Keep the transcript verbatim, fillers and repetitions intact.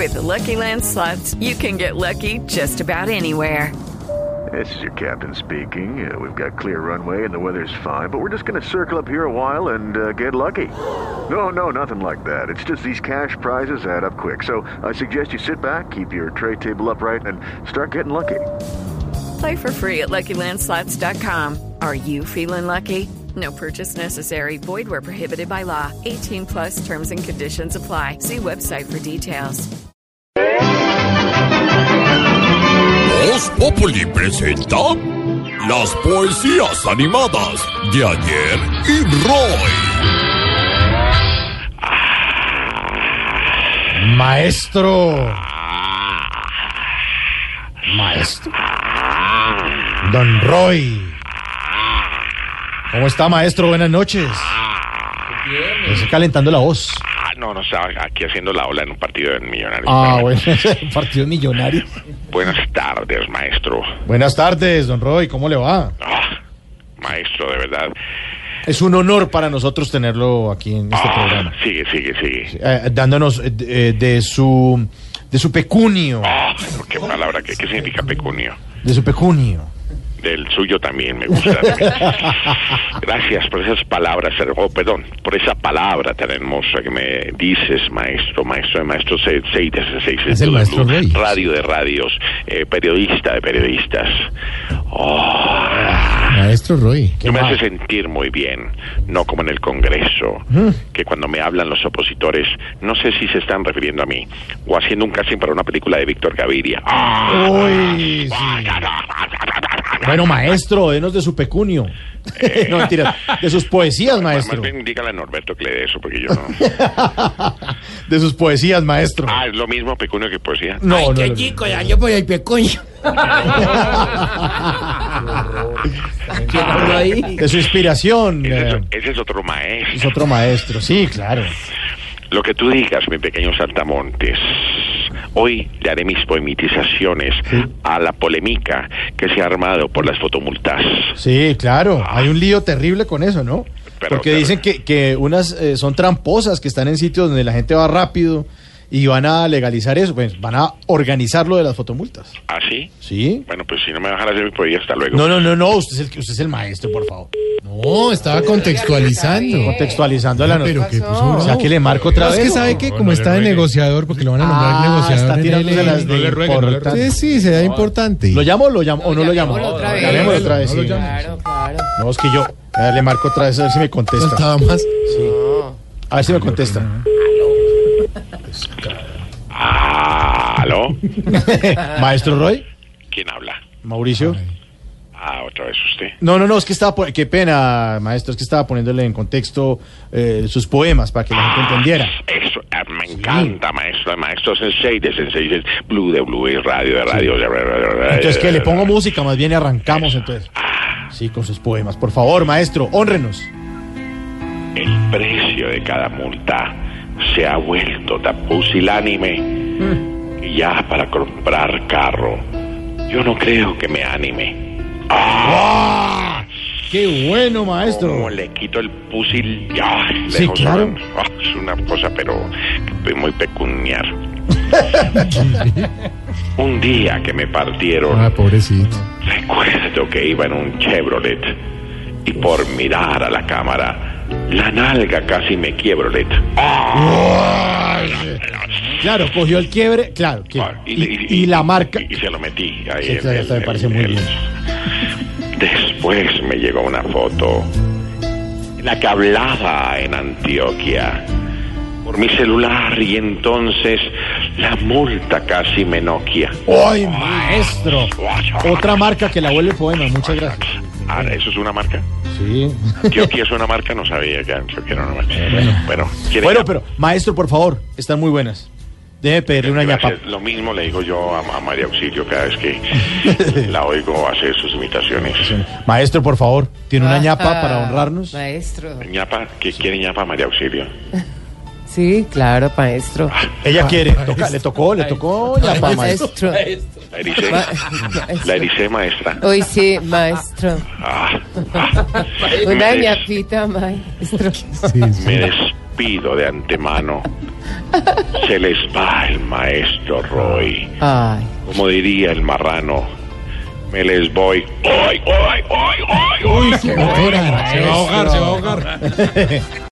With the Lucky Land Slots, you can get lucky just about anywhere. This is your captain speaking. Uh, we've got clear runway and the weather's fine, but we're just going to circle up here a while and uh, get lucky. No, no, nothing like that. It's just these cash prizes add up quick. So I suggest you sit back, keep your tray table upright, and start getting lucky. Play for free at Lucky Land Slots dot com. Are you feeling lucky? No purchase necessary. Void where prohibited by law. eighteen plus terms and conditions apply. See website for details. Voz Populi presenta las poesías animadas de ayer y Roy. Maestro. Maestro. Don Roy. ¿Cómo está, maestro? Buenas noches. Bien. Estoy calentando la voz. Ah, no, no estaba aquí haciendo la ola en un partido de Millonarios. Ah, bueno, partido millonario. Buenas tardes, maestro. Buenas tardes, don Roy. ¿Cómo le va? Ah, maestro, de verdad. Es un honor para nosotros tenerlo aquí en este ah, programa. Sigue, sigue, sigue. Eh, dándonos eh, de, de su de su pecunio. Ah, qué palabra, ¿qué, qué significa pecunio? De su pecunio. Del suyo también me gusta. Gracias por esas palabras, oh, perdón, por esa palabra tan hermosa que me dices, maestro, maestro de maestros, seis de seis, es el maestro Reyes. Radio de radios, eh, periodista de periodistas. Oh, maestro Roy. Tú me haces sentir muy bien, no como en el Congreso, ¿Mm? que cuando me hablan los opositores, no sé si se están refiriendo a mí, o haciendo un casting para una película de Víctor Gaviria. Uy, sí. Bueno, maestro, denos de su pecunio. Eh, no, mentira, de sus poesías, no, maestro. Más bien dígale a Norberto que le dé eso, porque yo no... De sus poesías, maestro. Ah, ¿es lo mismo pecunio que poesía? No, Ay, no. qué no, chico, no. ya yo voy al pecunio. ¿Quién habló ahí? De su inspiración. Ese es, eh, ese es otro maestro. Es otro maestro, sí, claro. Lo que tú digas, mi pequeño saltamontes. Hoy le haré mis poemitizaciones ¿Sí? a la polémica que se ha armado por las fotomultas. Sí, claro. Hay un lío terrible con eso, ¿no? Pero, Porque pero, dicen que, que unas eh, son tramposas, que están en sitios donde la gente va rápido y van a legalizar eso, pues van a organizar lo de las fotomultas. ¿Ah, sí? Sí. Bueno, pues si no me dejan hacer mi poesía, hasta luego. No, no, no, no, usted es el, usted es el maestro, por favor. No, estaba contextualizando. Contextualizando la Pero noticia. que puso, O sea, que le marco otra no, vez. es que sabe que no, como no está de negociador, porque lo van a nombrar ah, negociador. está en tirándose el- las de no le ruegue, no le ruegue. Sí, sí, será importante. ¿Lo llamo o lo llamo? ¿O no lo llamo? Llamémoslo otra vez. Llamémoslo otra vez, No lo sí. llamo. Claro, claro. No, es que yo eh, le marco otra vez a ver si me contesta. Faltaba más. Sí. A ver si me contesta. ¿Aló? Maestro Roy, ¿Quién habla? Mauricio. Ah, otra vez usted. No, no, no, es que estaba, po- qué pena, maestro, es que estaba poniéndole en contexto eh, sus poemas para que la gente entendiera. Eso, eh, me encanta, maestro, maestro Sensei de Sensei, es Blue de Blue, es radio de radio. de- Entonces, que le pongo música, más bien y arrancamos entonces. Sí, con sus poemas. Por favor, maestro, hónrenos. El precio de cada multa se ha vuelto tan pusilánime que ya para comprar carro yo no creo que me anime. ¡Ah! ¡Qué bueno, maestro! Como le quito el pusil ya Sí, lejos claro. son- ah, es una cosa pero que muy peculiar. Un día que me partieron, Ah, pobrecito. recuerdo que iba en un Chevrolet y por mirar a la cámara la nalga casi me quiebrolet. Claro, cogió el quiebre, claro. que- Ah, y, y la marca. y, y se lo metí ahí. Sí, en claro, el- esto me parece en muy el- bien. Después me llegó una foto en la que hablaba en Antioquia por mi celular y entonces la multa casi me noquia. ¡Ay, maestro! Otra marca que la vuelve poema, muchas gracias. Ah, ¿eso es una marca? Sí. Antioquia es una marca, no sabía que Antioquia era una marca. Bueno, ¿quiere Bueno, ya? pero, maestro, por favor, están muy buenas. Déjeme pedirle una ñapa. Gracias. Lo mismo le digo yo a, a María Auxilio cada vez que la oigo hacer sus imitaciones. Maestro, por favor, ¿tiene una Ajá. ñapa para honrarnos? Maestro. ¿Ñapa? ¿Qué quiere ñapa María Auxilio? Sí, claro, maestro. Ella quiere. Toca- le tocó, le tocó ñapa, maestro. Maestro. La ericé, Ma- la ericé, maestra. Hoy sí, maestro. Ah, ah. Una Me des- ñapita, maestro. Sí, sí. Me despido de antemano. Se les va el maestro Roy. Ay. Como diría el marrano, me les voy. ¡Ay, ay, ay, ay! Uy, se va a ahogar, se va a ahogar, se va a ahogar.